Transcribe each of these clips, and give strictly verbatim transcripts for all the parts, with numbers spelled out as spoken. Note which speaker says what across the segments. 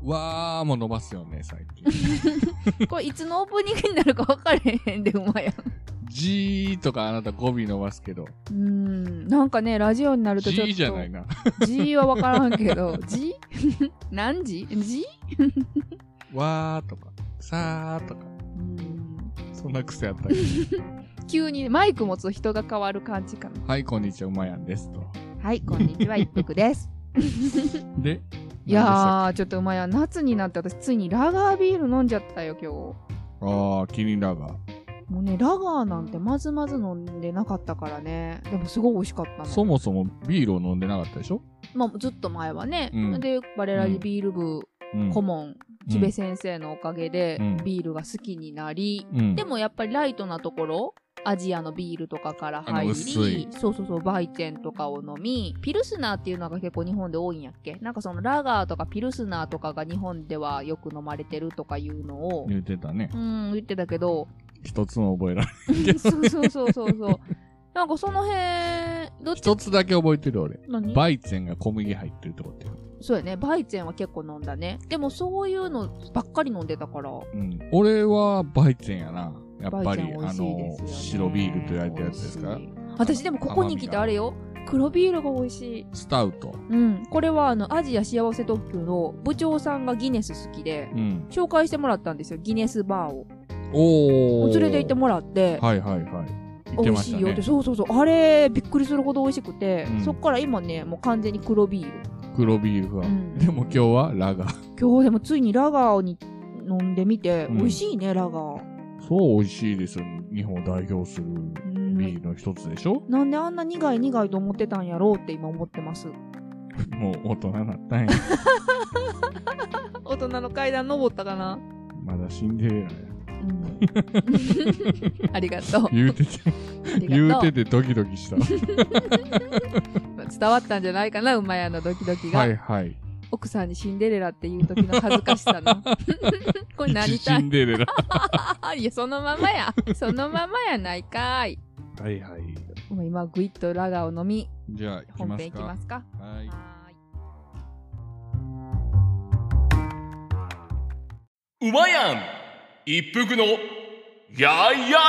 Speaker 1: わーも伸ばすよね、最近。
Speaker 2: これいつのオープニングになるか分かれへんで、うまやん。
Speaker 1: G とかあなた語尾伸ばすけど。
Speaker 2: うーん。なんかね、ラジオになるとちょっと。
Speaker 1: G じゃないな。
Speaker 2: G は分からんけど。G? 何時 ?G?
Speaker 1: わーとか、さーとか。
Speaker 2: うーん。
Speaker 1: そんな癖あったけど。
Speaker 2: 急にマイク持つと人が変わる感じかな。
Speaker 1: はい、こんにちは、うまやんですと。
Speaker 2: はい、こんにちは、一服です。
Speaker 1: で、
Speaker 2: いやー、ちょっとうまやん。夏になって私ついにラガービール飲んじゃったよ、今日。
Speaker 1: あー、キリンラガー。
Speaker 2: もうね、ラガーなんてまずまず飲んでなかったからね。でもすごい美味しかったの。
Speaker 1: そもそもビールを飲んでなかったでしょ？
Speaker 2: まあずっと前はね。
Speaker 1: うん、
Speaker 2: で、バレラジビール部、うん、顧問、ちべ先生のおかげで、うん、ビールが好きになり、うん、でもやっぱりライトなところ、アジアのビールとかから入り、そうそうそう、バイチェンとかを飲み、ピルスナーっていうのが結構日本で多いんやっけ？なんかそのラガーとかピルスナーとかが日本ではよく飲まれてるとかいうのを
Speaker 1: 言ってたね。
Speaker 2: うん、言ってたけど、
Speaker 1: 一つも覚えられないけど。
Speaker 2: そうそうそうそうそう。なんかその辺、
Speaker 1: どっち一つだけ覚えてる俺。バイチェンが小麦入ってるってこと。
Speaker 2: そうやね。バイチェンは結構飲んだね。でもそういうのばっかり飲んでたから。
Speaker 1: うん。俺はバイチェンやな。やっぱり、あの、白ビールと言われたやつですか？
Speaker 2: 私でもここに来てあれよ。黒ビールが美味しい。
Speaker 1: スタウト。
Speaker 2: うん。これはあの、アジア幸せ特急の部長さんがギネス好きで、うん、紹介してもらったんですよ。ギネスバーを。おー。連れて行ってもらって。
Speaker 1: はいはいはい。
Speaker 2: 美味しいよって、そうそうそう。あれ、びっくりするほど美味しくて、うん、そっから今ね、もう完全に黒ビール。
Speaker 1: 黒ビールは。うん、でも今日はラガー。
Speaker 2: 今日でもついにラガーに飲んでみて、うん、美味しいね、ラガー。
Speaker 1: そう美味しいですよ。日本を代表するビールの一つでしょ？
Speaker 2: なんであんな苦い苦いと思ってたんやろうって今思ってます。
Speaker 1: もう大人になったんや。
Speaker 2: 大人の階段登ったかな？
Speaker 1: まだシンデレラや。うん、
Speaker 2: ありがとう。
Speaker 1: 言うてて、言うててドキドキした。
Speaker 2: 伝わったんじゃないかな、馬屋のドキドキが。
Speaker 1: はいはい。
Speaker 2: 奥さんにシンデレラっていう時の恥ずかしさの。これ何
Speaker 1: シンデレラ。
Speaker 2: いや、そのままや。そのままやないかーい。
Speaker 1: はいはい。
Speaker 2: 今、グイッとラガーを飲み。
Speaker 1: じゃあ、
Speaker 2: 本編いきますか。
Speaker 1: はい。
Speaker 3: うまやん一服のやいやいレディ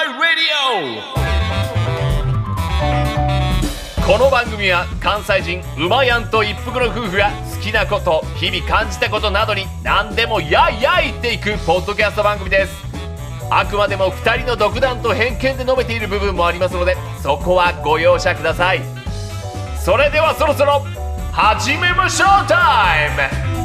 Speaker 3: オ。この番組は関西人うまやんと一服の夫婦が好きなこと、日々感じたことなどに何でもやいやい言っていくポッドキャスト番組です。あくまでもふたりの独断と偏見で述べている部分もありますので、そこはご容赦ください。それではそろそろ始めましょうタイム。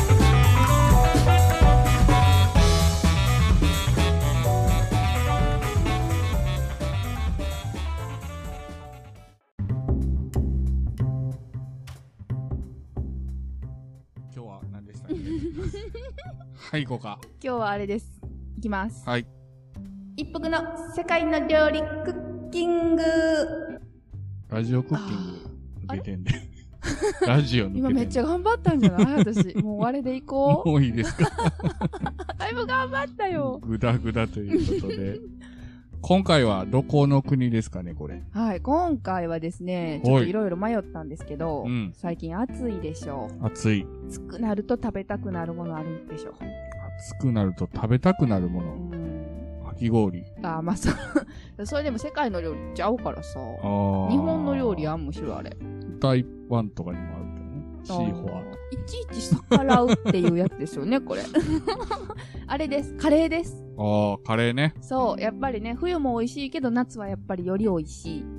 Speaker 1: はい、行こうか。
Speaker 2: 今日はあれです。いきます。
Speaker 1: はい。
Speaker 2: 一服の世界の料理クッキング。
Speaker 1: ラジオクッキング出てんで。ラジオ抜けてんで。
Speaker 2: 今めっちゃ頑張ったんじゃない私。もうあれで行こう。
Speaker 1: もういいですか？
Speaker 2: だいぶ頑張ったよ。
Speaker 1: ぐだぐだということで。今回はどこの国ですかね、これ。
Speaker 2: はい、今回はですね、ちょっといろいろ迷ったんですけど、うん、最近暑いでしょ
Speaker 1: う。暑い。
Speaker 2: 暑くなると食べたくなるものあるでしょう。
Speaker 1: 暑くなると食べたくなるもの。うん、かき氷。
Speaker 2: あ、まあそう。それでも世界の料理ちゃうからさ。日本の料理あんむしろあれ。
Speaker 1: 台湾とかにもあるけどね。シーフォアとか。
Speaker 2: いちいち逆らうっていうやつですよね、これ。あれです。カレーです。
Speaker 1: ああ、カレーね。
Speaker 2: そう。やっぱりね、冬も美味しいけど、夏はやっぱりより美味しい。うん。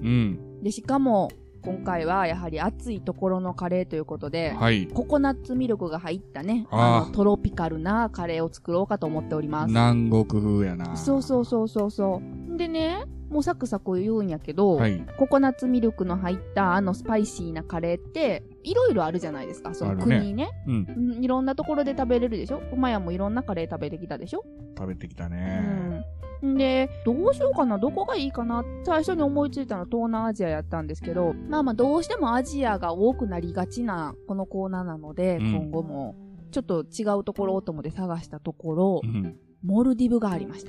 Speaker 2: で、しかも、今回はやはり暑いところのカレーということで、はい。ココナッツミルクが入ったね、あの、トロピカルなカレーを作ろうかと思っております。
Speaker 1: 南国風やな。
Speaker 2: そうそうそうそうそう。でね、もうサクサク言うんやけど、はい、ココナッツミルクの入ったあのスパイシーなカレーって、いろいろあるじゃないですか、その国ね。うん、いろんなところで食べれるでしょ。馬屋もいろんなカレー食べてきたでしょ。
Speaker 1: 食べてきたね。
Speaker 2: うん。で、どうしようかな、どこがいいかな、最初に思いついたのは東南アジアやったんですけど、まあまあどうしてもアジアが多くなりがちなこのコーナーなので、うん、今後もちょっと違うところをと思って探したところ、うん、モルディブがありました。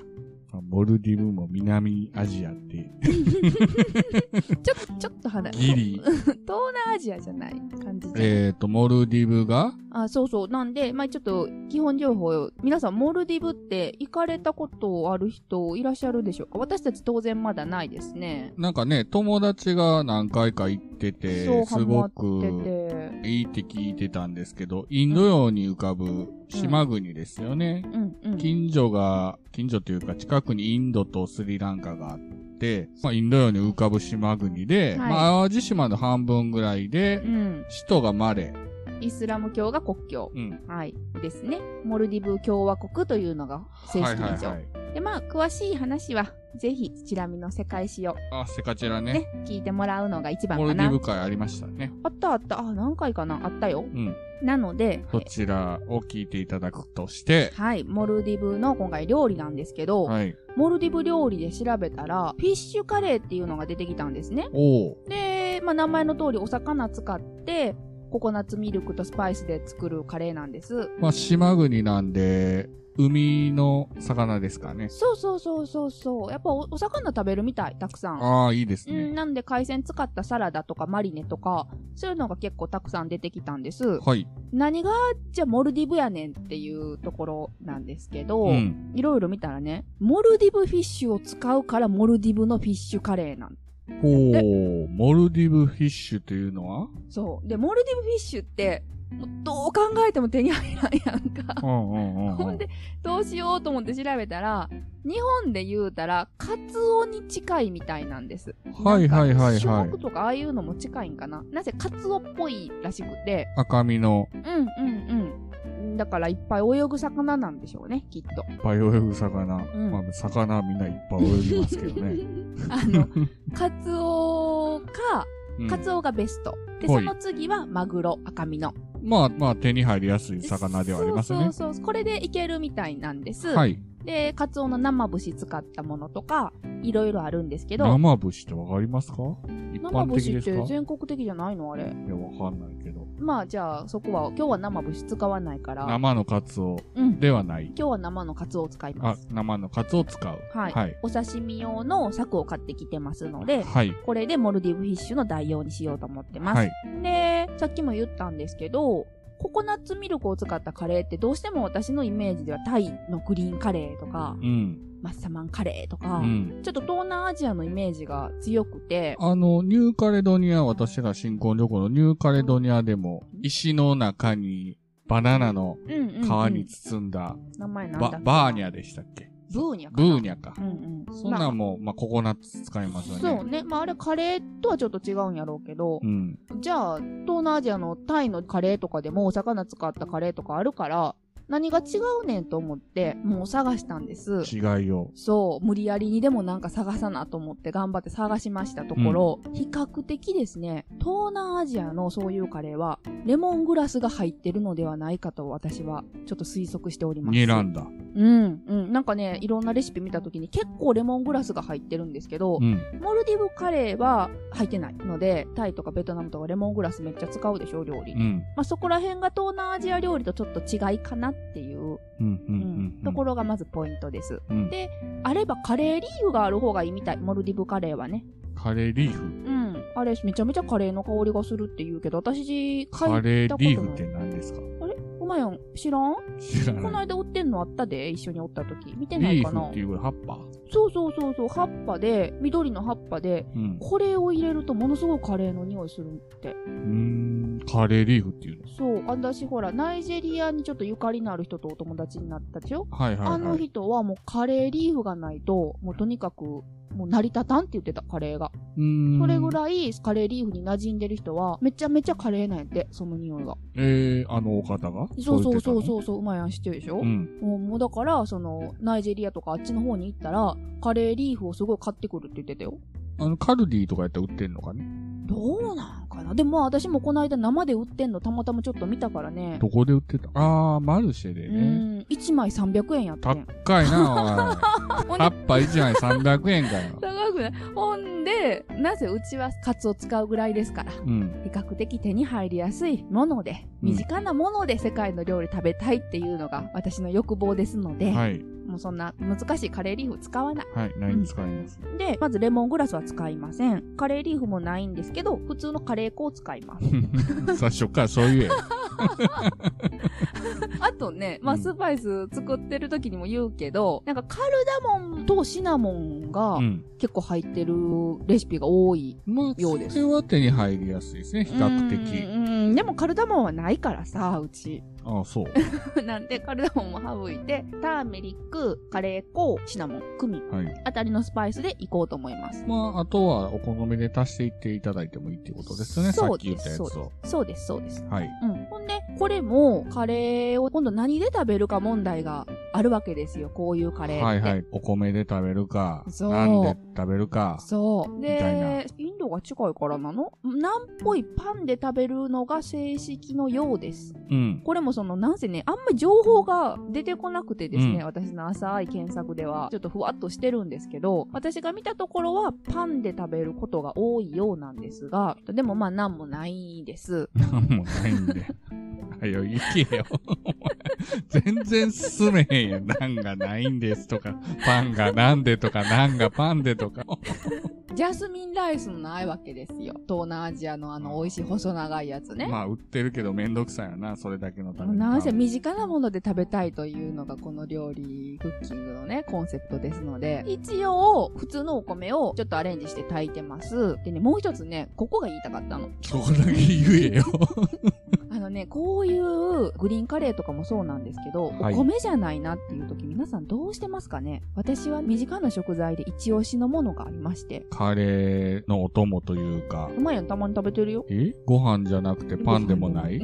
Speaker 1: モルディブも南アジアって。
Speaker 2: ちょっと、ちょっと離れ。
Speaker 1: ギリ。
Speaker 2: 東南アジアじゃない感じじゃない。
Speaker 1: えっと、モルディブが
Speaker 2: あ、そうそう。なんで、まあちょっと、基本情報、皆さん、モルディブって行かれたことある人いらっしゃるでしょうか？私たち当然まだないですね。
Speaker 1: なんかね、友達が何回か行ってて、
Speaker 2: そう
Speaker 1: すごくいいって聞いてたんですけど、インド洋に浮かぶ島国ですよね。
Speaker 2: うんうんうん、
Speaker 1: 近所が、近所というか近くにインドとスリランカがあって、まあ、インド洋に浮かぶ島国で、はい、まあ、淡路島の半分ぐらいで、うん、首都がマレー。
Speaker 2: イスラム教が国教、うん、はいですね。モルディブ共和国というのが正式名称。はいはいはい、でまあ詳しい話はぜひチラミの世界史を
Speaker 1: あセカチラね
Speaker 2: ね聞いてもらうのが一番かな。
Speaker 1: モルディブ会ありましたね。
Speaker 2: あったあったあ何回かなあったよ。うん。なので
Speaker 1: そちらを聞いていただくとして
Speaker 2: はいモルディブの今回料理なんですけど、はい、モルディブ料理で調べたらフィッシュカレーっていうのが出てきたんですね。おでまあ名前の通りお魚使ってココナッツミルクとスパイスで作るカレーなんです。
Speaker 1: まあ、島国なんで、海の魚ですかね。
Speaker 2: そうそうそうそうそう。やっぱ お, お魚食べるみたい、たくさん。
Speaker 1: ああ、いいですね。
Speaker 2: うん、なんで海鮮使ったサラダとかマリネとか、そういうのが結構たくさん出てきたんです。はい。何が、じゃあモルディブやねんっていうところなんですけど、うん、いろいろ見たらね、モルディブフィッシュを使うからモルディブのフィッシュカレーなん
Speaker 1: おー、モルディブフィッシュというのは
Speaker 2: そう。で、モルディブフィッシュって、どう考えても手に入らんやんか。ほんで、どうしようと思って調べたら、日本で言うたら、カツオに近いみたいなんです。
Speaker 1: はいはいはいはい。
Speaker 2: 種目とかああいうのも近いんかな。なぜカツオっぽいらしくて。
Speaker 1: 赤身の。
Speaker 2: うんうんうん。だからいっぱい泳ぐ魚なんでしょうね、きっと。
Speaker 1: いっぱい泳ぐ魚。うん、まあ、魚はみんないっぱい泳ぎますけどね。
Speaker 2: あの、カツオか、カツオがベスト。で、その次はマグロ、赤身の。
Speaker 1: まあまあ手に入りやすい魚ではありますね。
Speaker 2: そうそうそう。これでいけるみたいなんです。はい。で、カツオの生節使ったものとか、いろいろあるんですけど。
Speaker 1: 生節ってわかりますか？一般的ですか？
Speaker 2: 生節って全国的じゃないのあれ。い
Speaker 1: や、わかんないけど。
Speaker 2: まあじゃあそこは、今日は生節使わないから。
Speaker 1: 生のカツオではない。うん、
Speaker 2: 今日は生のカツオを使います。
Speaker 1: あ、生のカツオを使う。
Speaker 2: はい。はい、お刺身用の柵を買ってきてますので、はい。これでモルディブフィッシュの代用にしようと思ってます。はい。で、さっきも言ったんですけど、ココナッツミルクを使ったカレーってどうしても私のイメージではタイのグリーンカレーとか、うん、マッサマンカレーとか、うん、ちょっと東南アジアのイメージが強くて。
Speaker 1: あの、ニューカレドニア、私が新婚旅行のニューカレドニアでも、石の中にバナナの皮に包んだ、
Speaker 2: 名前なんだっけ？
Speaker 1: バーニャでしたっけ？
Speaker 2: ブーニャか
Speaker 1: ブーニャか。うんうん。そんなんも、まあ、まあ、ココナッツ使いますよね。
Speaker 2: そうね。まあ、あれカレーとはちょっと違うんやろうけど、うん、じゃあ、東南アジアのタイのカレーとかでもお魚使ったカレーとかあるから、何が違うねんと思って、もう探したんです。
Speaker 1: 違いを。
Speaker 2: そう。無理やりにでもなんか探さなと思って頑張って探しましたところ、うん、比較的ですね、東南アジアのそういうカレーは、レモングラスが入ってるのではないかと私はちょっと推測しております。
Speaker 1: 睨んだ。
Speaker 2: うん、うん。なんかね、いろんなレシピ見たときに結構レモングラスが入ってるんですけど、うん、モルディブカレーは入ってないので、タイとかベトナムとかレモングラスめっちゃ使うでしょ、料理。うん、まあそこら辺が東南アジア料理とちょっと違いかなっていう、ところがまずポイントです。うん、で、あればカレーリーフがある方がいいみたい、モルディブカレーはね。
Speaker 1: カレーリーフ？う
Speaker 2: ん。あれ、めちゃめちゃカレーの香りがするって言うけど、私、
Speaker 1: カレーリーフって何ですか？
Speaker 2: あれお前やん、知らん？
Speaker 1: 知らない。
Speaker 2: この間売ってんのあったで、一緒におった時。見てないかな？
Speaker 1: リーフっていう葉っぱ？
Speaker 2: そうそうそうそう、葉っぱで、緑の葉っぱで、うん、これを入れるとものすごいカレーの匂いするって。
Speaker 1: うーん、カレーリーフっていうの？
Speaker 2: そう、私ほら、ナイジェリアにちょっとゆかりのある人とお友達になったでしょ？はいはいはい。あの人はもうカレーリーフがないと、もうとにかく、もう成り立たんって言ってた、カレーが。うーん。それぐらいカレーリーフに馴染んでる人は、めちゃめちゃカレーなんやって、その匂いが。
Speaker 1: えー、あのお方が？
Speaker 2: そうそうそうそうそう、うまいやん知ってるでしょ？うん。もう、もうだから、その、ナイジェリアとかあっちの方に行ったら、カレーリーフをすごい買ってくるって言ってたよ。
Speaker 1: あの、カルディとかやったら売ってんのかね？
Speaker 2: どうなんかな。でも私もこの間生で売ってんのたまたまちょっと見たからね。
Speaker 1: どこで売ってた？あー、マルシェでね。うん。
Speaker 2: いちまいさんびゃくえんやってん。
Speaker 1: 高いな、おい。葉っぱいちまいさんびゃくえんかよ。
Speaker 2: 高くない。ほんで、なぜうちはカツを使うぐらいですから、うん、比較的手に入りやすいもので、身近なもので世界の料理食べたいっていうのが私の欲望ですので、はい、もうそんな難しいカレーリーフ使わない。
Speaker 1: はい、何使います、
Speaker 2: うん、で、まずレモングラスは使いません。カレーリーフもないんですけど、普通のカレー粉を使います。
Speaker 1: 最初からそう言え。
Speaker 2: あとね、まあ、スパイス作ってる時にも言うけど、なんかカルダモンとシナモンが結構入ってるレシピが多いようです。
Speaker 1: まあ、それは手に入りやすいですね、比較的。
Speaker 2: うん、うん、でもカルダモンはないからさ、うち。
Speaker 1: ああ、そう。
Speaker 2: なんで、カルダモンも省いて、ターメリック、カレー粉、シナモン、クミン、はい、あたりのスパイスでいこうと思います。
Speaker 1: まあ、あとはお好みで足していっていただいてもいいってことですね、さっき言ったやつを。
Speaker 2: そうです、そうです。
Speaker 1: はい。
Speaker 2: うん。ほんで、これも、カレーを今度何で食べるか問題があるわけですよ、こういうカレーって。
Speaker 1: はいはい。お米で食べるか、なんで食べるか。
Speaker 2: そう。で、インドが近いからなの？なんっぽいパンで食べるのが正式のようです。うん。これもその、なんせね、あんまり情報が出てこなくてですね、うん、私の浅い検索では、ちょっとふわっとしてるんですけど、私が見たところは、パンで食べることが多いようなんですが、でもまあ、なんもないです。
Speaker 1: なんもないんで。はよ、行けよ。全然進めへんやん。なんがないんですとか、パンがなんでとか、なんがパンでとか。
Speaker 2: ジャスミンライスもないわけですよ。東南アジアのあの美味しい細長いやつね。
Speaker 1: まあ売ってるけどめんどくさいよな、それだけのために。
Speaker 2: なんせ身近なもので食べたいというのがこの料理クッキングのね、コンセプトですので、一応普通のお米をちょっとアレンジして炊いてます。でね、もう一つね、ここが言いたかったの。
Speaker 1: そこだけ言えよ。
Speaker 2: あのね、こういうグリーンカレーとかもそうなんですけど、はい、お米じゃないなっていう時皆さんどうしてますかね？私は身近な食材で一押しのものがありまして。
Speaker 1: カレーのお供というか。
Speaker 2: うまいやん、たまに食べてるよ。
Speaker 1: え？ご飯じゃなくてパンでもない？
Speaker 2: うん。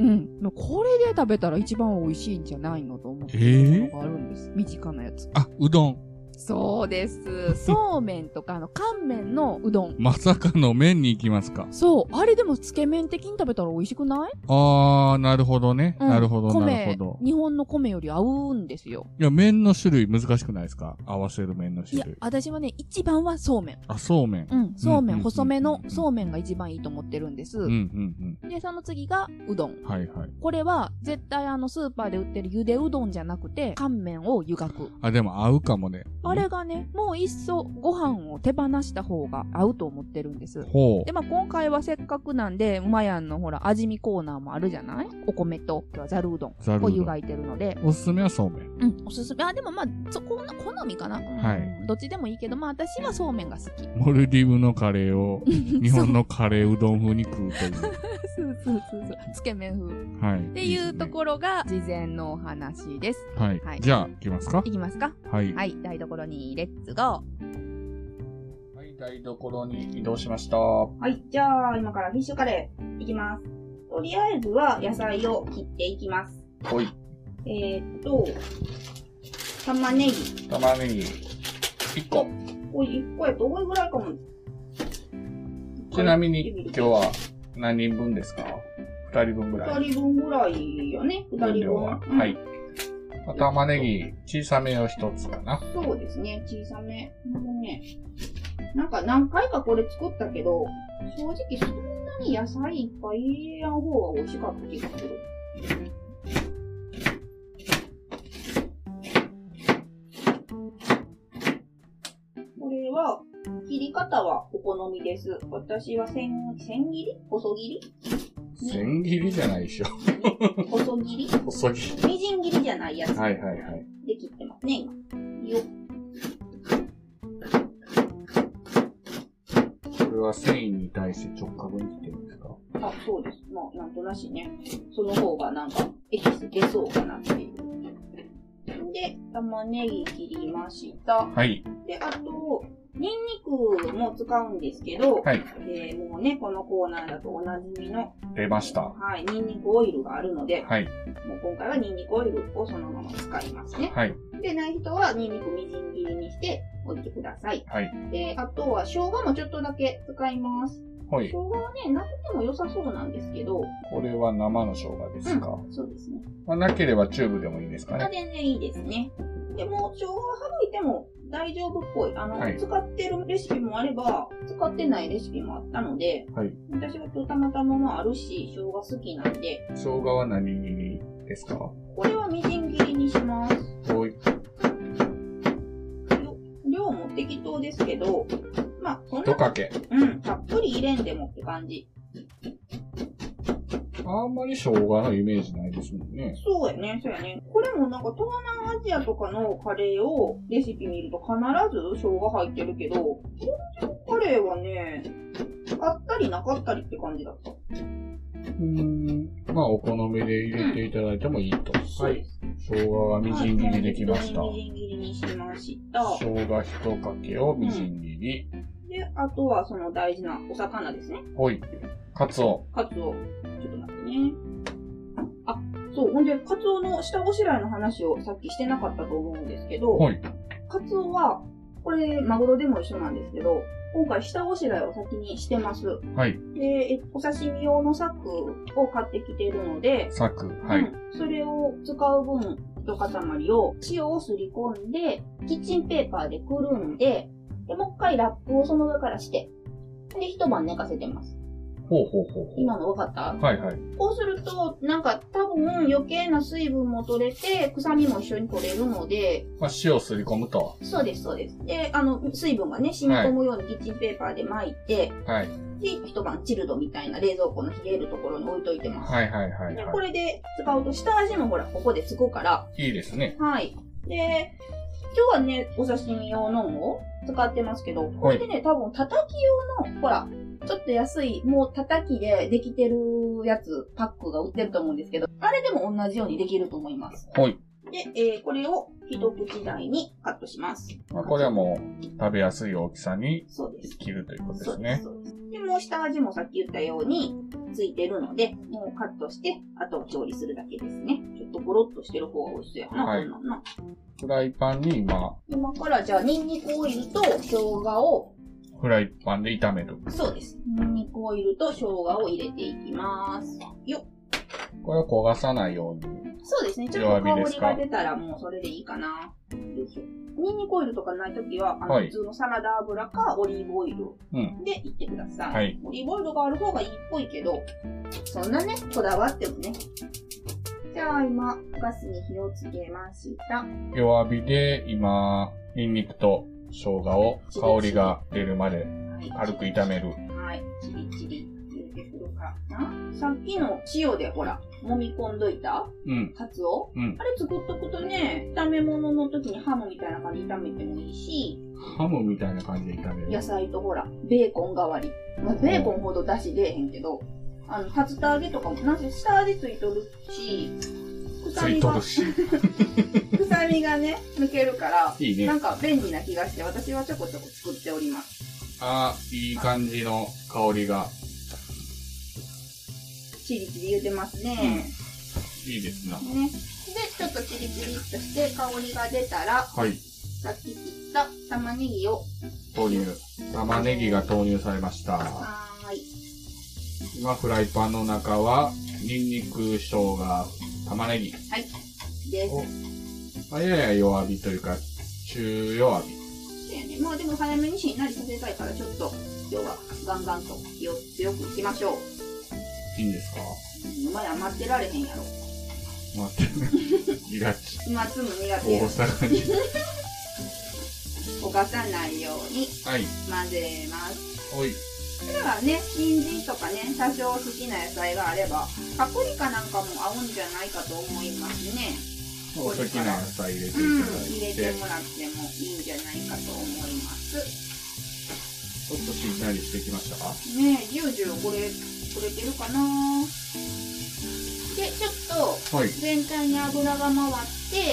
Speaker 2: これで食べたら一番美味しいんじゃないのと思ってるのがあるんです。えー、身近なやつ。
Speaker 1: あ、うどん。
Speaker 2: そうです。そうめんとか、あの、乾麺のうどん。
Speaker 1: まさかの麺に行きますか？
Speaker 2: そう。あれでも、つけ麺的に食べたら美味しくない？
Speaker 1: あー、なるほどね。うん、なるほど、なるほど。
Speaker 2: 日本の米より合うんですよ。
Speaker 1: いや、麺の種類難しくないですか？合わせる麺の種類。いや、
Speaker 2: 私はね、一番はそうめん。
Speaker 1: あ、そうめん。
Speaker 2: うん、そうめん、細めのそうめんが一番いいと思ってるんです。うん、うん、うん。で、その次がうどん。はいはい。これは、絶対あの、スーパーで売ってるゆでうどんじゃなくて、乾麺を湯がく。
Speaker 1: あ、でも合うかもね。
Speaker 2: あれがね、もういっそご飯を手放した方が合うと思ってるんです。ほう。で、まあ今回はせっかくなんで、うまやんのほら、味見コーナーもあるじゃない？お米と、今日はざるうどんを湯がいてるので。
Speaker 1: おすすめはそうめん。
Speaker 2: うん、おすすめ。あ、でもまあ、そこの好みかな。うん、はい。どっちでもいいけど、まあ私はそうめんが好き。
Speaker 1: モルディブのカレーを、日本のカレーうどん風に食うという。
Speaker 2: そうそうそうそう。つけ麺風。はい。っていうところが、事前のお話です。
Speaker 1: はい。はい、じゃあ、行きますか？
Speaker 2: 行きますか？はい。はい。台所にレッツゴー。
Speaker 1: 台所に移動しました。
Speaker 4: はい。じゃあ、今からフィッシュカレーいきます。とりあえずは野菜を切っていきます。
Speaker 1: はい。
Speaker 4: えーっと、玉ねぎ。
Speaker 1: 玉ねぎ。いっこ。
Speaker 4: おい、いっこやと多いぐらいかも。
Speaker 1: ちなみに今日は何人分ですか？ふたりぶんぐらい。
Speaker 4: ふたりぶんぐらいよね。ふたりぶん。は、
Speaker 1: うん、はい。玉ねぎ、小さめを一つかな。
Speaker 4: そうですね、小さめ。もうね、なんか何回かこれ作ったけど、正直そんなに野菜いっぱい入れやん方が美味しかった気がする。これは、切り方はお好みです。私は千、千切り？細切り？
Speaker 1: 千切りじゃないでしょ。
Speaker 4: 細切り？
Speaker 1: 細切り。
Speaker 4: みじん切りじゃないやつ。
Speaker 1: はいはいはい。
Speaker 4: で切ってますね、今。よっ。
Speaker 1: これは繊維に対して直角に切ってるんですか？
Speaker 4: あ、そうです。まあ、なんとなしね。その方がなんか、エキス出そうかなっていう。で、玉ねぎ切りました。
Speaker 1: はい。
Speaker 4: で、あと、ニンニクも使うんですけど、はい。えー、もうね、このコーナーだとおなじみの。
Speaker 1: 出ました。
Speaker 4: はい。ニンニクオイルがあるので、
Speaker 1: はい。
Speaker 4: もう今回はニンニクオイルをそのまま使いますね。はい。で、ない人はニンニクみじん切りにしておいてください。はい。で、あとは生姜もちょっとだけ使います。はい。生姜はね、なくても良さそうなんですけど。
Speaker 1: これは生の生姜ですか？
Speaker 4: うん、そうですね。
Speaker 1: まあ、なければチューブでもいいですかね？
Speaker 4: 全然いいですね。 でも、生姜は省いても大丈夫っぽい。あの、はい、使ってるレシピもあれば、使ってないレシピもあったので、はい、私は今日たまたまもあるし、生姜好きなんで。
Speaker 1: 生姜は何切りですか？
Speaker 4: これはみじん切りにします。はい。量も適当ですけど、まあ、そんな。
Speaker 1: 一かけ。
Speaker 4: うん、たっぷり入れんでもって感じ。
Speaker 1: あんまり生姜のイメージないですもんね。
Speaker 4: そうやね、そうやね。これもなんか東南アジアとかのカレーをレシピ見ると必ず生姜入ってるけど、このカレーはね、あったりなかったりって感じだった。う
Speaker 1: ーん、まあお好みで入れていただいてもいいと。うん、はい。生姜はみじん切りできました。
Speaker 4: みじん切りにしました。
Speaker 1: 生姜一かけをみじん切り。
Speaker 4: うん、で、あとはその大事なお魚ですね。
Speaker 1: はい。カツオ。
Speaker 4: カツオ。ちょっと待ってね。あ、そう。ほんで、カツオの下ごしらえの話をさっきしてなかったと思うんですけど、はい。カツオは、これ、マグロでも一緒なんですけど、今回下ごしらえを先にしてます。はい。で、お刺身用のサクを買ってきてるので、
Speaker 1: サク、はい。うん、
Speaker 4: それを使う分、一塊を塩をすり込んで、キッチンペーパーでくるんで、で、もう一回ラップをその上からして、で、一晩寝かせてます。
Speaker 1: ほうほうほうほう。
Speaker 4: 今の分かった？
Speaker 1: はいはい。
Speaker 4: こうすると、なんか多分余計な水分も取れて、臭みも一緒に取れるので。
Speaker 1: まあ、塩をすり込むと。
Speaker 4: そうです、そうです。で、あの、水分がね、染み込むようにキッチンペーパーで巻いて、はい。で、一晩チルドみたいな冷蔵庫の冷えるところに置いといてます。
Speaker 1: はいはいはい、はい。
Speaker 4: で、これで使うと下味もほら、ここでつくから。
Speaker 1: いいですね。
Speaker 4: はい。で、今日はね、お刺身用のを使ってますけど、これでね、はい、多分叩き用の、ほら、ちょっと安い、もう叩きでできてるやつ、パックが売ってると思うんですけど、あれでも同じようにできると思います。はい。で、えー、これを一口大にカットします。
Speaker 1: まあ、これはもう食べやすい大きさに切るということですね。
Speaker 4: そうです。そうです。で、もう下味もさっき言ったようについてるので、もうカットして、あとは調理するだけですね。ちょっとゴロッとしてる方が美味しそうやな、はい、こんなんな。
Speaker 1: フライパンに今。
Speaker 4: 今からじゃあニンニクオイルと生姜を
Speaker 1: フライパンで炒める。
Speaker 4: そうです。ニンニクオイルと生姜を入れていきます。よっ。
Speaker 1: これを焦がさないように。
Speaker 4: そうですね。ちょっと香りが出たらもうそれでいいかな。よいしょ。ニンニクオイルとかないときは、あの、はい、普通のサラダ油かオリーブオイルでいってください。うん、はい。オリーブオイルがある方がいいっぽいけど、そんなね、こだわってもね。じゃあ今、ガスに火をつけました。
Speaker 1: 弱火で今、ニンニクと生姜を香りが出るまで軽く炒める。
Speaker 4: はい。チリチリ入れてくるかな。さっきの塩でほら、揉み込んどいた、うん、カツオ、うん、あれ作っとくとね、炒め物の時にハムみたいな感じで炒めてもいいし、
Speaker 1: ハムみたいな感じで炒める。
Speaker 4: 野菜とほら、ベーコン代わり。まあ、ベーコンほど出汁出えへんけど、あの、竜田揚げとかも、なんせ下味ついとるし、
Speaker 1: 臭みが、
Speaker 4: 臭みがね、抜けるから、いいね。なんか便利な気がして、私はちょこちょこ作っております。
Speaker 1: ああ、いい感じの香りが。
Speaker 4: チリチリ言うてますね。
Speaker 1: うん、いいですな。
Speaker 4: ね。で、ちょっとチリチリっとして香りが出たら、はい。さっき切った玉ねぎを
Speaker 1: 投入。玉ねぎが投入されました。はーい。今、フライパンの中は、ニンニク、生姜、玉ねぎ。はい。です。まあ、やや弱火というか、中弱火。
Speaker 4: そうやね。まあでも早めにしんなりさせたいから、ちょっと、今日はガンガンと火を強くいきましょう。
Speaker 1: いいんですか？
Speaker 4: お前余ってられへんやろ。
Speaker 1: 待ってね。苦手。
Speaker 4: 待つの苦手やろ。大
Speaker 1: 阪に。
Speaker 4: 焦がさないように混ぜます。
Speaker 1: はい。
Speaker 4: それはね、人参とかね、多少好きな野菜があれば、パプリカなんかも合うんじゃないかと思いますね。
Speaker 1: 好きな野菜入れていただいて、うん、
Speaker 4: 入れてもらってもいいんじゃないかと思います。
Speaker 1: ちょっとしんなりしてきましたか？
Speaker 4: ねえ、ジュージューこれ、取れてるかな。で、ちょっと、全体に油が回って、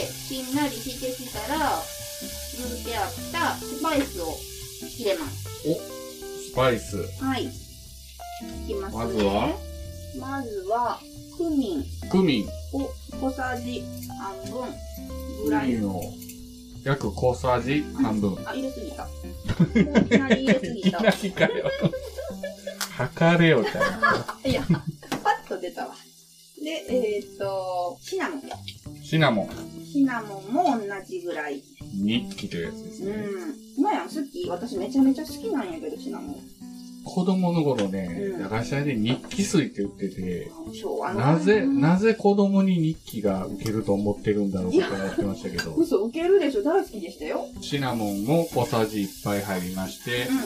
Speaker 4: しんなりしてきたら、言うてあったスパイスを入れます。
Speaker 1: お、スパイス。
Speaker 4: はい。いきますね。
Speaker 1: まずは
Speaker 4: まずは、クミン。
Speaker 1: クミン。
Speaker 4: を小さじ半分ぐらい。
Speaker 1: クミンを約小さじ半分。
Speaker 4: あ、入れすぎた。もういきなり入れすぎた。
Speaker 1: いきなりかよ。測れよ、じゃ
Speaker 4: ん。いや、パッと出たわ。で、えー、っと、シナモン。
Speaker 1: シナモン。
Speaker 4: シナモンも同じぐらい。
Speaker 1: 日記というやつですね。
Speaker 4: うん。まやん好き？私めちゃめちゃ好きなんやけど、シナモン。
Speaker 1: 子供の頃ね、うん、駄菓子屋で日記水って売ってて、なぜ、なぜ子供に日記が受けると思ってるんだろうと思ってましたけど。
Speaker 4: 嘘、受けるでしょ、大好きでしたよ。
Speaker 1: シナモンも小さじいっぱい入りまして、うん、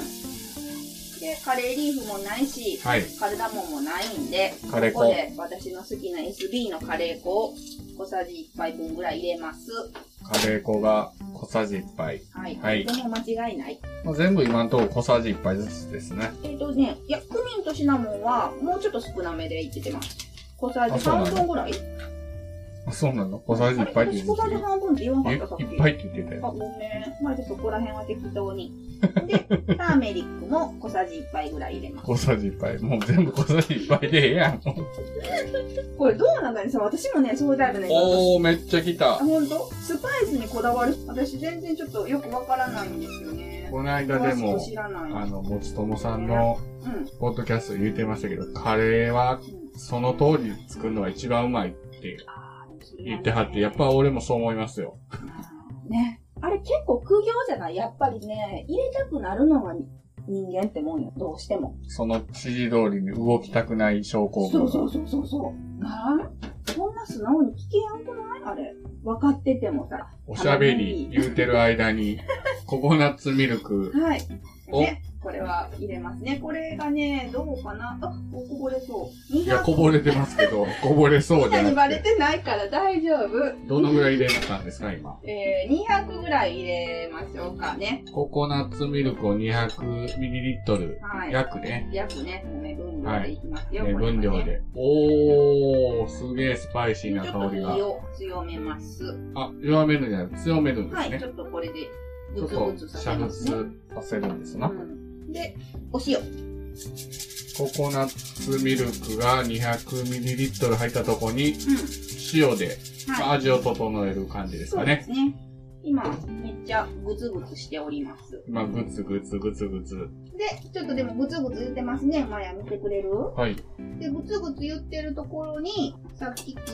Speaker 4: で、カレーリーフもないし、はい、カルダモンもないんで、
Speaker 1: カレー粉。
Speaker 4: ここで私の好きな エスビー のカレー粉を小さじいっぱいぶんぐらい入れます。
Speaker 1: カレー粉が小さじいっぱい。
Speaker 4: はい。はい。でも間違いない。
Speaker 1: まあ、全部今のところ小さじいっぱいずつですね。
Speaker 4: えっ、ー、とね、いや、クミンとシナモンはもうちょっと少なめでいっててます。小さじはんぶんぐらい。
Speaker 1: あ、そうなの？小さじいっぱいって言ってた。
Speaker 4: 小さじ半分って言わなかったさっき。
Speaker 1: いっぱいって言ってたよ。
Speaker 4: あ、ごめん。まあ、じゃあそこら辺は適当に。で、ターメリックも小さじいっぱいぐらい入れます。
Speaker 1: 小さじいっぱい。もう全部小さじいっぱいでええやん。
Speaker 4: これどうなんだねさ、私もね、そういうタイプね。
Speaker 1: おー、めっちゃ来た。
Speaker 4: あ、ほんと？スパイスにこだわる？私全然ちょっとよくわからないんですよね。
Speaker 1: この間でも、あの、もつともさんの、ポッドキャスト言ってましたけど、うん、カレーは、その通り作るのが一番うまいって言ってはって、やっぱ俺もそう思いますよ。
Speaker 4: ね。あれ結構苦行じゃない？やっぱりね、入れたくなるのが人間ってもんよ、どうしても。
Speaker 1: その指示通りに動きたくない症候群。
Speaker 4: そうそうそうそう。なんこんな素直に聞けやんくないあれ。分かっててもさ。
Speaker 1: おしゃべり言うてる間に、ココナッツミルク。
Speaker 4: はい。ね。これは入れますね。これがね、どうかなあ、こぼれそう。
Speaker 1: いや、こぼれてますけど、こぼれそうじゃなくて。
Speaker 4: みんなにバレてないから大丈夫。
Speaker 1: どのぐらい入れたんですか、今。
Speaker 4: えー、にひゃくぐらい入れましょうかね。
Speaker 1: ココナッツミルクをにひゃくミリリットル。はい。約ね。
Speaker 4: 約ね。目分量でいきますよ。
Speaker 1: 目分量で。おー、すげえスパイシーな香りが。
Speaker 4: ちょっと火を強めます。
Speaker 1: あ、弱めるんじゃなくて強めるんですね。
Speaker 4: はい、ちょっとこれでグツグツさせますね。
Speaker 1: ちょっと煮沸させるんですな。うん
Speaker 4: で、お塩。
Speaker 1: ココナッツミルクがにひゃくミリリットル入ったとこに、うん、塩で、はい、味を整える感じですかね。
Speaker 4: そうですね。今、めっちゃグツグツしております。
Speaker 1: 今、グツグツグツグツ。
Speaker 4: で、ちょっとでもグツグツ言ってますね。マヤ見てくれる？
Speaker 1: はい。
Speaker 4: で、グツグツ言ってるところに、さっき切った、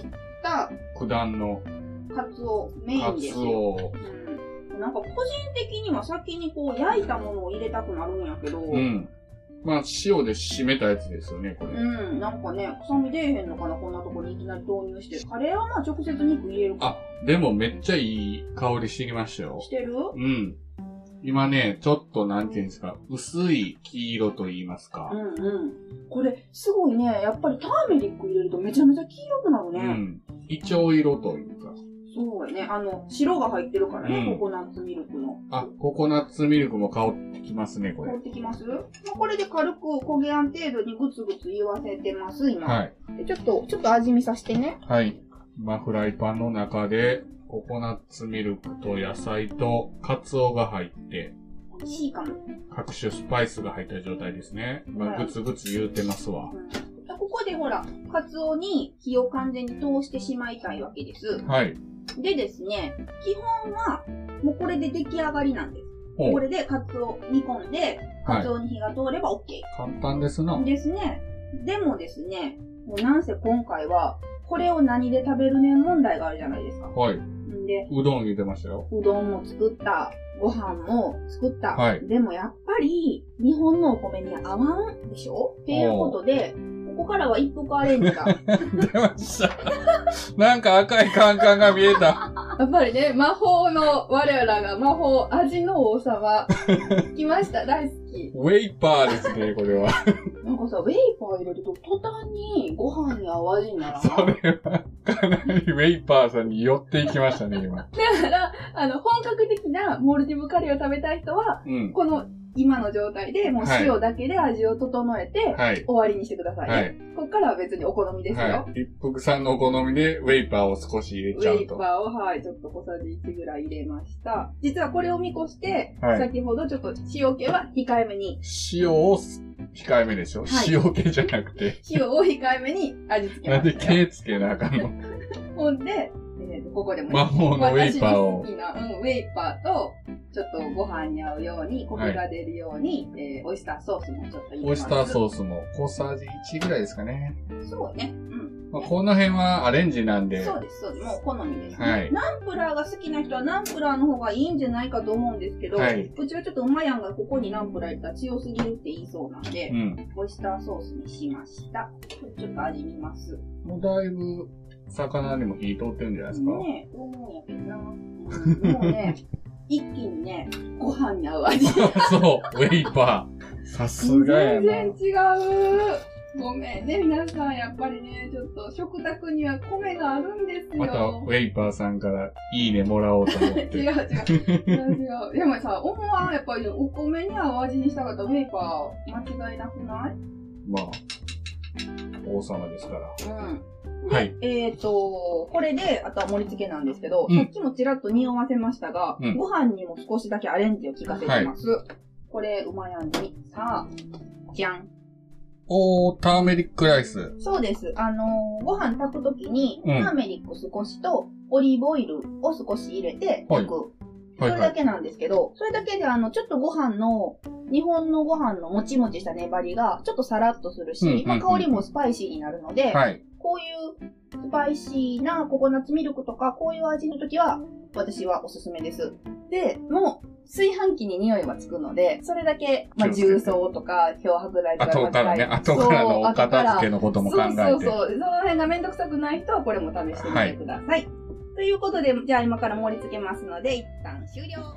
Speaker 1: 九段の、
Speaker 4: カツオ、メインですよ。カツオ。うん、なんか個人的には先にこう焼いたものを入れたくなるんやけど。
Speaker 1: うん。まあ、塩で締めたやつですよね、これ。
Speaker 4: うん。なんかね、臭み出えへんのかな、こんなとこにいきなり投入して。カレーはまあ直接肉入れるか。
Speaker 1: あ、でもめっちゃいい香りしてきましたよ。
Speaker 4: してる？
Speaker 1: うん。今ね、ちょっとなんていうんですか、薄い黄色と言いますか。
Speaker 4: うんうん。これ、すごいね、やっぱりターメリック入れるとめちゃめちゃ黄色くなるね。
Speaker 1: うん。イチョウ色というか。
Speaker 4: そうやね。あの、白が入ってるからね、うん、ココナッツミルクの。
Speaker 1: あ、ココナッツミルクも香ってきますね、これ。
Speaker 4: 香ってきます？まあ、これで軽く焦げあん程度にグツグツ言わせてます、今。はい。でちょっと、ちょっと味見させてね。
Speaker 1: はい。今、フライパンの中で、ココナッツミルクと野菜とカツオが入って、
Speaker 4: 美味しいかも。
Speaker 1: 各種スパイスが入った状態ですね。今、グツグツ言うてますわ。うん、
Speaker 4: ここでほら、カツオに火を完全に通してしまいたいわけです。
Speaker 1: はい。
Speaker 4: でですね、基本は、もうこれで出来上がりなんです。これでカツオ煮込んで、カツオに火が通れば OK。
Speaker 1: 簡単ですな。
Speaker 4: ですね。でもですね、もうなんせ今回は、これを何で食べるねん問題があるじゃないですか。
Speaker 1: はい。んで、うどん言ってましたよ。
Speaker 4: うどんも作った。ご飯も作った。はい。でもやっぱり、日本のお米に合わんでしょっていうことで、ここからは一服アレンジが。
Speaker 1: 出ました。なんか赤いカンカンが見えた。
Speaker 4: やっぱりね、魔法の我らが魔法、味の王様。来ました、大好き。
Speaker 1: ウェイパーですね、これは。
Speaker 4: なんかさ、ウェイパー入れると途端にご飯に合う味にならん。
Speaker 1: それは、かなりウェイパーさんに寄っていきましたね、今。
Speaker 4: だから、あの、本格的なモルディブカレーを食べたい人は、うん、この、今の状態でもう塩だけで味を整えて、はい、終わりにしてくださいね。はい、こっからは別にお好みですよ。はい、
Speaker 1: 一服さんのお好みでウェイパーを少し入れちゃうと。
Speaker 4: ウェイパーを、はい、ちょっと小さじいちぐらい入れました。実はこれを見越して、はい、先ほどちょっと塩気は控えめに。
Speaker 1: 塩を控えめでしょ、はい、塩気じゃなくて。
Speaker 4: 塩を控えめに味付けました。
Speaker 1: なんで気つけなあかんの
Speaker 4: ほんで、えー、ここでも、
Speaker 1: ね、魔法のウェイパーを。
Speaker 4: 私の好きな、うん、ウェイパーと、ちょっとご飯に合うように、コクが出るように、はい、えー、オイスターソースもちょっと入れます。
Speaker 1: オイスターソースも小さじいちぐらいですかね。
Speaker 4: そうね。うん。
Speaker 1: まあ、この辺はアレンジなんで。
Speaker 4: そうです、そうです。もう好みです、ね。はい。ナンプラーが好きな人はナンプラーの方がいいんじゃないかと思うんですけど、はい、うちはちょっとうまやんがここにナンプラー入れたら強すぎるって言いそうなんで、うん、オイスターソースにしました。ちょっと味見ます。
Speaker 1: もうだいぶ魚にも火通ってるんじゃないですか。
Speaker 4: ねえ、思うんやけどな。もうね、一気にね、ご飯に合う味。
Speaker 1: そう、ウェイパー。さすがやな。
Speaker 4: 全然違う。ごめんね、皆さん。やっぱりね、ちょっと食卓には米があるんですよ。
Speaker 1: また、ウェイパーさんからいいねもらおうと思って。
Speaker 4: 違う違う。違う違う。でもさ、思わん、やっぱりお米に合う味にしたかったらウェイパー間違いなくない？
Speaker 1: まあ、王様ですから。
Speaker 4: うん。はい。えっ、ー、と、これで、あとは盛り付けなんですけど、うん、さっきもちらっと匂わせましたが、うん、ご飯にも少しだけアレンジを効かせてます。はい、これ、うまやんに。さあ、じゃん。
Speaker 1: おー、ターメリックライス。
Speaker 4: そうです。あのー、ご飯炊くときに、ターメリック少しと、オリーブオイルを少し入れて炊く。はいそれだけなんですけど、はいはい、それだけであの、ちょっとご飯の、日本のご飯のもちもちした粘りが、ちょっとさらっとするし、うんうんうん、まあ、香りもスパイシーになるので、はい、こういうスパイシーなココナッツミルクとか、こういう味の時は、私はおすすめです。で、もう、炊飯器に匂いはつくので、それだけ、まあ、重曹とか、漂白剤とか、
Speaker 1: 後からね、後からのお片付けのことも考えて。
Speaker 4: そうそうそう。その辺がめんどくさくない人は、これも試してみてください。はいということで、じゃあ今から盛り付けますので、一旦終了。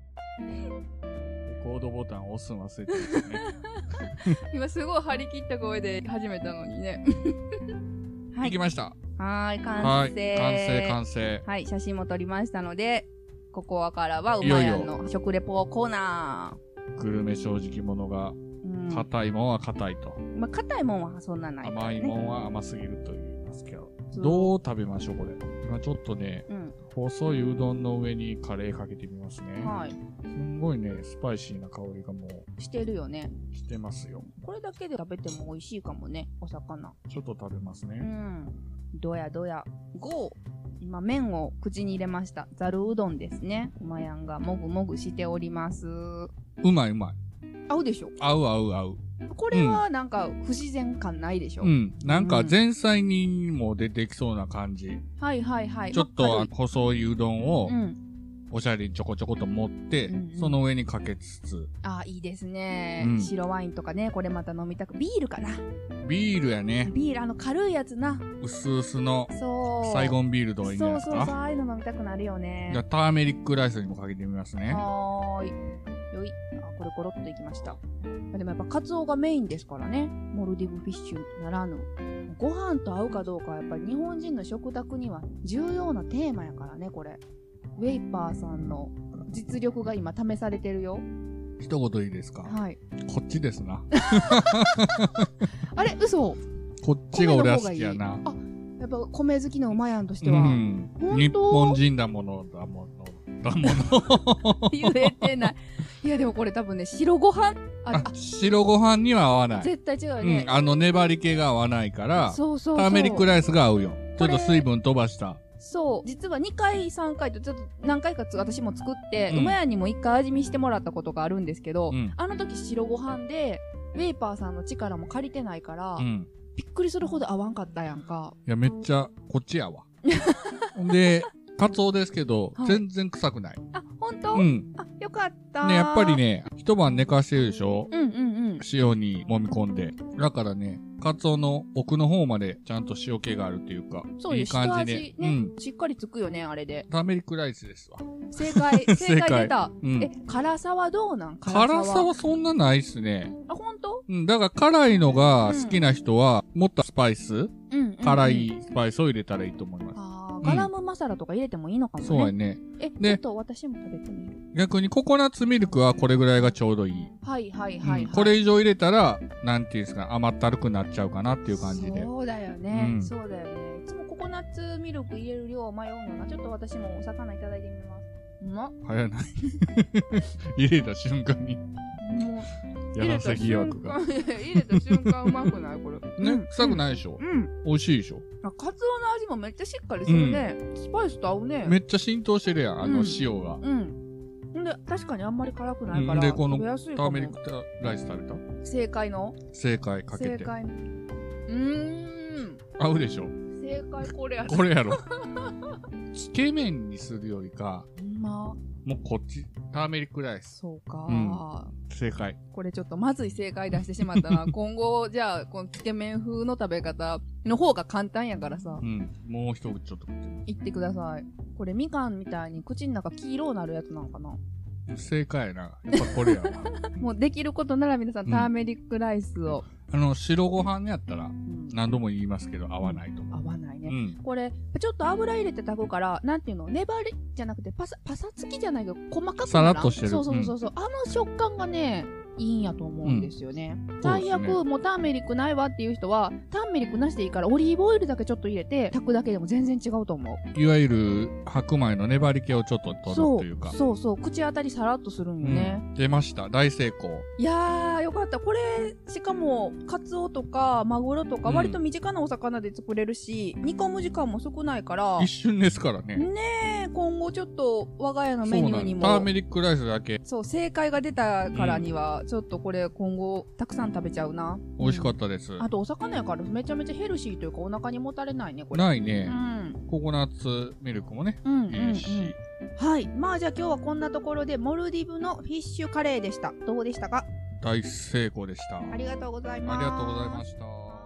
Speaker 1: レコードボタンを押すの忘れてるね。
Speaker 2: 今すごい張り切った声で始めたのにね。
Speaker 1: はい。できました。
Speaker 2: はい、完成。
Speaker 1: はい、完成、完成。
Speaker 2: はい、写真も撮りましたので、ここからはうまやんの食レポコーナ
Speaker 1: ー。グルメ正直者が、硬いもんは硬いと。
Speaker 2: まあ、硬いもんはそんなない、ね。
Speaker 1: 甘いもんは甘すぎると言いますけど。どう食べましょう、これ。今ちょっとね、うん、細いうどんの上にカレーかけてみますね。はい。すんごいね、スパイシーな香りがもう。
Speaker 2: してるよね。
Speaker 1: してますよ。
Speaker 2: これだけで食べても美味しいかもね、お魚。
Speaker 1: ちょっと食べますね。
Speaker 2: うん。どやどや。ご、今麺を口に入れました。ざるうどんですね。うまやんがもぐもぐしております。う
Speaker 1: まいうまい。
Speaker 2: 合うでしょ？
Speaker 1: 合う合う合う。
Speaker 2: これはなんか不自然感ないでしょ？
Speaker 1: うん。なんか前菜にも出てきそうな感じ。うん、
Speaker 2: はいはいはい。
Speaker 1: ちょっと細いうどんを、おしゃれにちょこちょこと持って、うんうん、その上にかけつつ。
Speaker 2: ああ、いいですね、うん。白ワインとかね、これまた飲みたく。ビールかな？
Speaker 1: ビールやね。
Speaker 2: ビール、あの軽いやつな。
Speaker 1: 薄々の。そう。サイゴンビールとかいいんじゃないですか？
Speaker 2: そうそうそう、ああいうの飲みたくなるよね。
Speaker 1: じゃあターメリックライスにもかけてみますね。
Speaker 2: はーい。よい。あ、これコロッといきました。でもやっぱカツオがメインですからね。モルディブフィッシュならぬ。ご飯と合うかどうかはやっぱり日本人の食卓には重要なテーマやからね、これ。ウェイパーさんの実力が今試されてるよ。
Speaker 1: 一言いいですか？はい。こっちですな。
Speaker 2: あれ嘘？
Speaker 1: こっちが俺は好きやな。
Speaker 2: あ、やっぱ米好きのうまやんとしては。うん。
Speaker 1: 日本人だものだものだもの。
Speaker 2: 言えてない。いやでもこれ多分ね、白ご飯
Speaker 1: ああ白ご飯には合わない。
Speaker 2: 絶対違うよね。
Speaker 1: うん、あの粘り気が合わないから、そうそうそうターメリックライスが合うよ。ちょっと水分飛ばした。
Speaker 2: そう。実はにかい、さんかいとちょっと何回か私も作って、うん、馬屋にもいっかい味見してもらったことがあるんですけど、うん、あの時白ご飯で、ウェイパーさんの力も借りてないから、うん、びっくりするほど合わんかったやんか。
Speaker 1: いや、めっちゃ、こっちやわ。で、カツオですけど、はい、全然臭くない。
Speaker 2: あ、ほんと？うん。あ、よかった。
Speaker 1: ね、やっぱりね、一晩寝かしてるでしょ？うんうんうん。塩に揉み込んで。だからね、カツオの奥の方までちゃんと塩気があるっていうか、
Speaker 2: そういう感じで。ね、うん。しっかりつくよね、あれで。
Speaker 1: ターメリックライスですわ。
Speaker 2: 正解、正解出た。うん、え、辛さはどうなん？
Speaker 1: 辛さは。辛さはそんなないっすね。
Speaker 2: あ、ほんと？
Speaker 1: うん、だから辛いのが好きな人は、もっとスパイス、うん、辛いスパイスを入れたらいいと思います。
Speaker 2: あガラムマサラとか入れてもいいのかもね。
Speaker 1: そうやね。
Speaker 2: え、ちょっと私も食べてみる。
Speaker 1: 逆にココナッツミルクはこれぐらいがちょうどいい。
Speaker 2: はいはいはい、はい、
Speaker 1: うん。これ以上入れたら、なんていうんですか、甘ったるくなっちゃうかなっていう感じで。
Speaker 2: そうだよね。うん、そうだよね。いつもココナッツミルク入れる量を迷うのが、ちょっと私もお魚いただいてみます。うまっ。
Speaker 1: 早ない。入れた瞬間に。もう、やらせ疑惑が。
Speaker 2: 入れた瞬間うまくないこれ。
Speaker 1: ね、臭くないでしょ？うん。美味しいでしょ？
Speaker 2: あ、カツオの味もめっちゃしっかりするね。うん、スパイスと合うね。
Speaker 1: めっちゃ浸透してるやん、あの塩が。
Speaker 2: うん。うん、で、確かにあんまり辛くないから。
Speaker 1: で、このターメリックライス食べた？
Speaker 2: 正解の？
Speaker 1: 正解かけて。
Speaker 2: 正解。うーん。
Speaker 1: 合うでしょ？
Speaker 2: 正解これやろ。
Speaker 1: これやろ。つけ麺にするよりか、
Speaker 2: まあ、
Speaker 1: もうこっち、ターメリックライス。
Speaker 2: そうか、
Speaker 1: うん、正解。
Speaker 2: これちょっとまずい正解出してしまったな。今後、じゃあ、このつけ麺風の食べ方の方が簡単やからさ。
Speaker 1: うん。もう一口ちょっと
Speaker 2: いってください。これみかんみたいに口の中黄色になるやつなのかな。
Speaker 1: 正解やな。やっぱこれやな。
Speaker 2: もうできることなら皆さん、ターメリックライスを。
Speaker 1: あの、白ご飯やったら、何度も言いますけど、合わないと思
Speaker 2: う。合わないね。
Speaker 1: うん、
Speaker 2: これ、ちょっと油入れて炊くから、なんていうの、粘りじゃなくて、パサ、パサつきじゃないけど、細かくなる。
Speaker 1: さらっとしてる。
Speaker 2: そうそうそうそう、うん。あの食感がね、いいんやと思うんですよね。うん、最悪、ね、もうターメリックないわっていう人は、ターメリックなしでいいから、オリーブオイルだけちょっと入れて、炊くだけでも全然違うと思う。
Speaker 1: いわゆる、白米の粘り気をちょっと取るというか。
Speaker 2: そうそうそう、口当たりさらっとするんよね。
Speaker 1: うん、出ました。大成功。
Speaker 2: いやー、よかった。これ、しかも、カツオとか、マグロとか、割と身近なお魚で作れるし、煮込む時間も少ないから。
Speaker 1: 一瞬ですからね。
Speaker 2: ねえ、今後ちょっと、我が家のメニューにも。
Speaker 1: ターメリックライスだけ。
Speaker 2: そう、正解が出たからには、ちょっとこれ、今後、たくさん食べちゃうな。
Speaker 1: 美味しかったです。
Speaker 2: あと、お魚やからめちゃめちゃヘルシーというか、お腹にもたれないね、これ。
Speaker 1: ないね。うん。ココナッツミルクもね。
Speaker 2: うん、うん、うん。はい。まあ、じゃあ今日はこんなところで、モルディブのフィッシュカレーでした。どうでしたか？
Speaker 1: 大成功でした。
Speaker 2: ありがとうございます。
Speaker 1: ありがとうございました。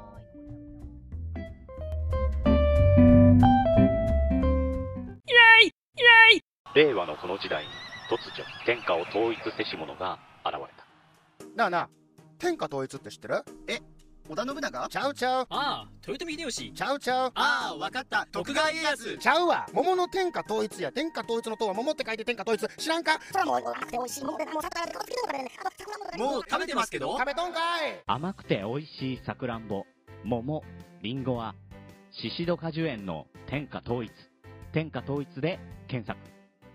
Speaker 5: イエイイエイ。令和のこの時代に突如天下を統一せし者が現れた。
Speaker 6: なあなあ、天下統一って知ってる？
Speaker 7: え、織田信長？
Speaker 6: ちゃうちゃう。
Speaker 7: ああ、豊臣秀吉。
Speaker 6: ちゃうちゃう。
Speaker 7: ああ、わかった、徳川家康。
Speaker 6: ちゃうわ。桃の天下統一や。天下統一の塔は桃って書いて天下統一。知らんか？そらもう甘くて美味しい桃でもう桜でこつけとかね。
Speaker 7: もう食べてますけど。
Speaker 6: 食べとんかい。
Speaker 5: 甘くて美味しいさくらんぼ、桃、りんごは宍戸果樹園の天下統一。天下統一で検索。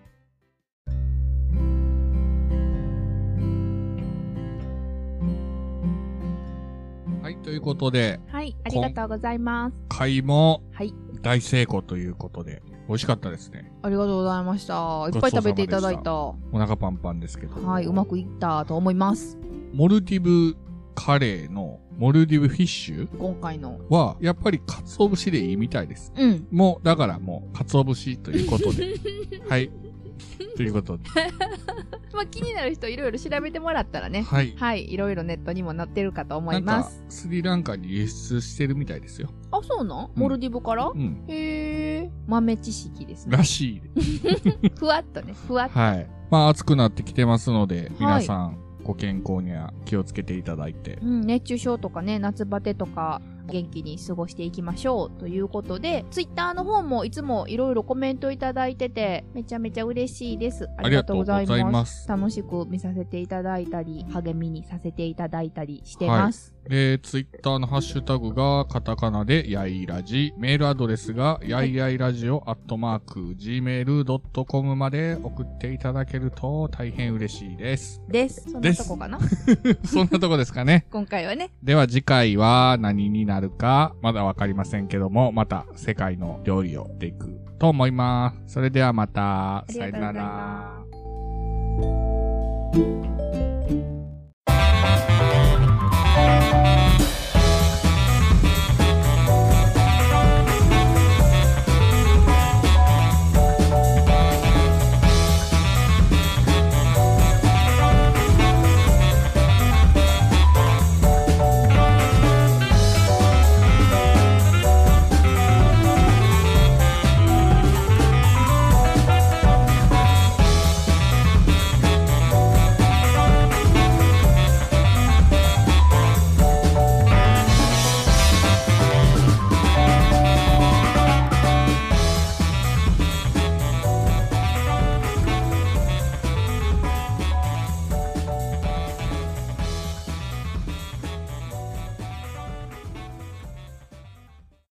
Speaker 1: はい、ということで。
Speaker 2: はい、ありがとうございます。
Speaker 1: 今回も、大成功ということで、美味しかったですね。
Speaker 2: ありがとうございました。いっぱい食べていただいた。お
Speaker 1: 腹パンパンですけど。
Speaker 2: はい、うまくいったと思います。
Speaker 1: モルディブカレーの、モルディブフィッシュ
Speaker 2: 今回の
Speaker 1: は、やっぱり鰹節でいいみたいです。
Speaker 2: うん。
Speaker 1: もう、だからもう、鰹節ということで。はい。ということで。
Speaker 2: まあ気になる人いろいろ調べてもらったらね。
Speaker 1: はい。
Speaker 2: はい。いろいろネットにも載ってるかと思います。
Speaker 1: なんか、スリランカに輸出してるみたいですよ。
Speaker 2: あ、そうなん、うん、モルディブからうん。へー。豆知識ですね。
Speaker 1: らしい。
Speaker 2: ふわっとね。ふわっと。
Speaker 1: はい。まあ暑くなってきてますので、皆さん、はい、ご健康には気をつけていただいて。
Speaker 2: うん、熱中症とかね、夏バテとか、元気に過ごしていきましょうということで、ツイッターの方もいつもいろいろコメントいただいてて、めちゃめちゃ嬉しいです。ありがとうございます。ありがとうございます。楽しく見させていただいたり、励みにさせていただいたりしてます。
Speaker 1: はい、えー、ツイッターのハッシュタグがカタカナでやいラジ、メールアドレスがやいやいラジオアットマーク ジーメールドットコム まで送っていただけると大変嬉しいです。
Speaker 2: です。そんなとこかな
Speaker 1: そんなとこですかね。
Speaker 2: 今回はね。
Speaker 1: では次回は何になるか、まだわかりませんけども、また世界の料理をしていくと思います。それではまた、さよなら。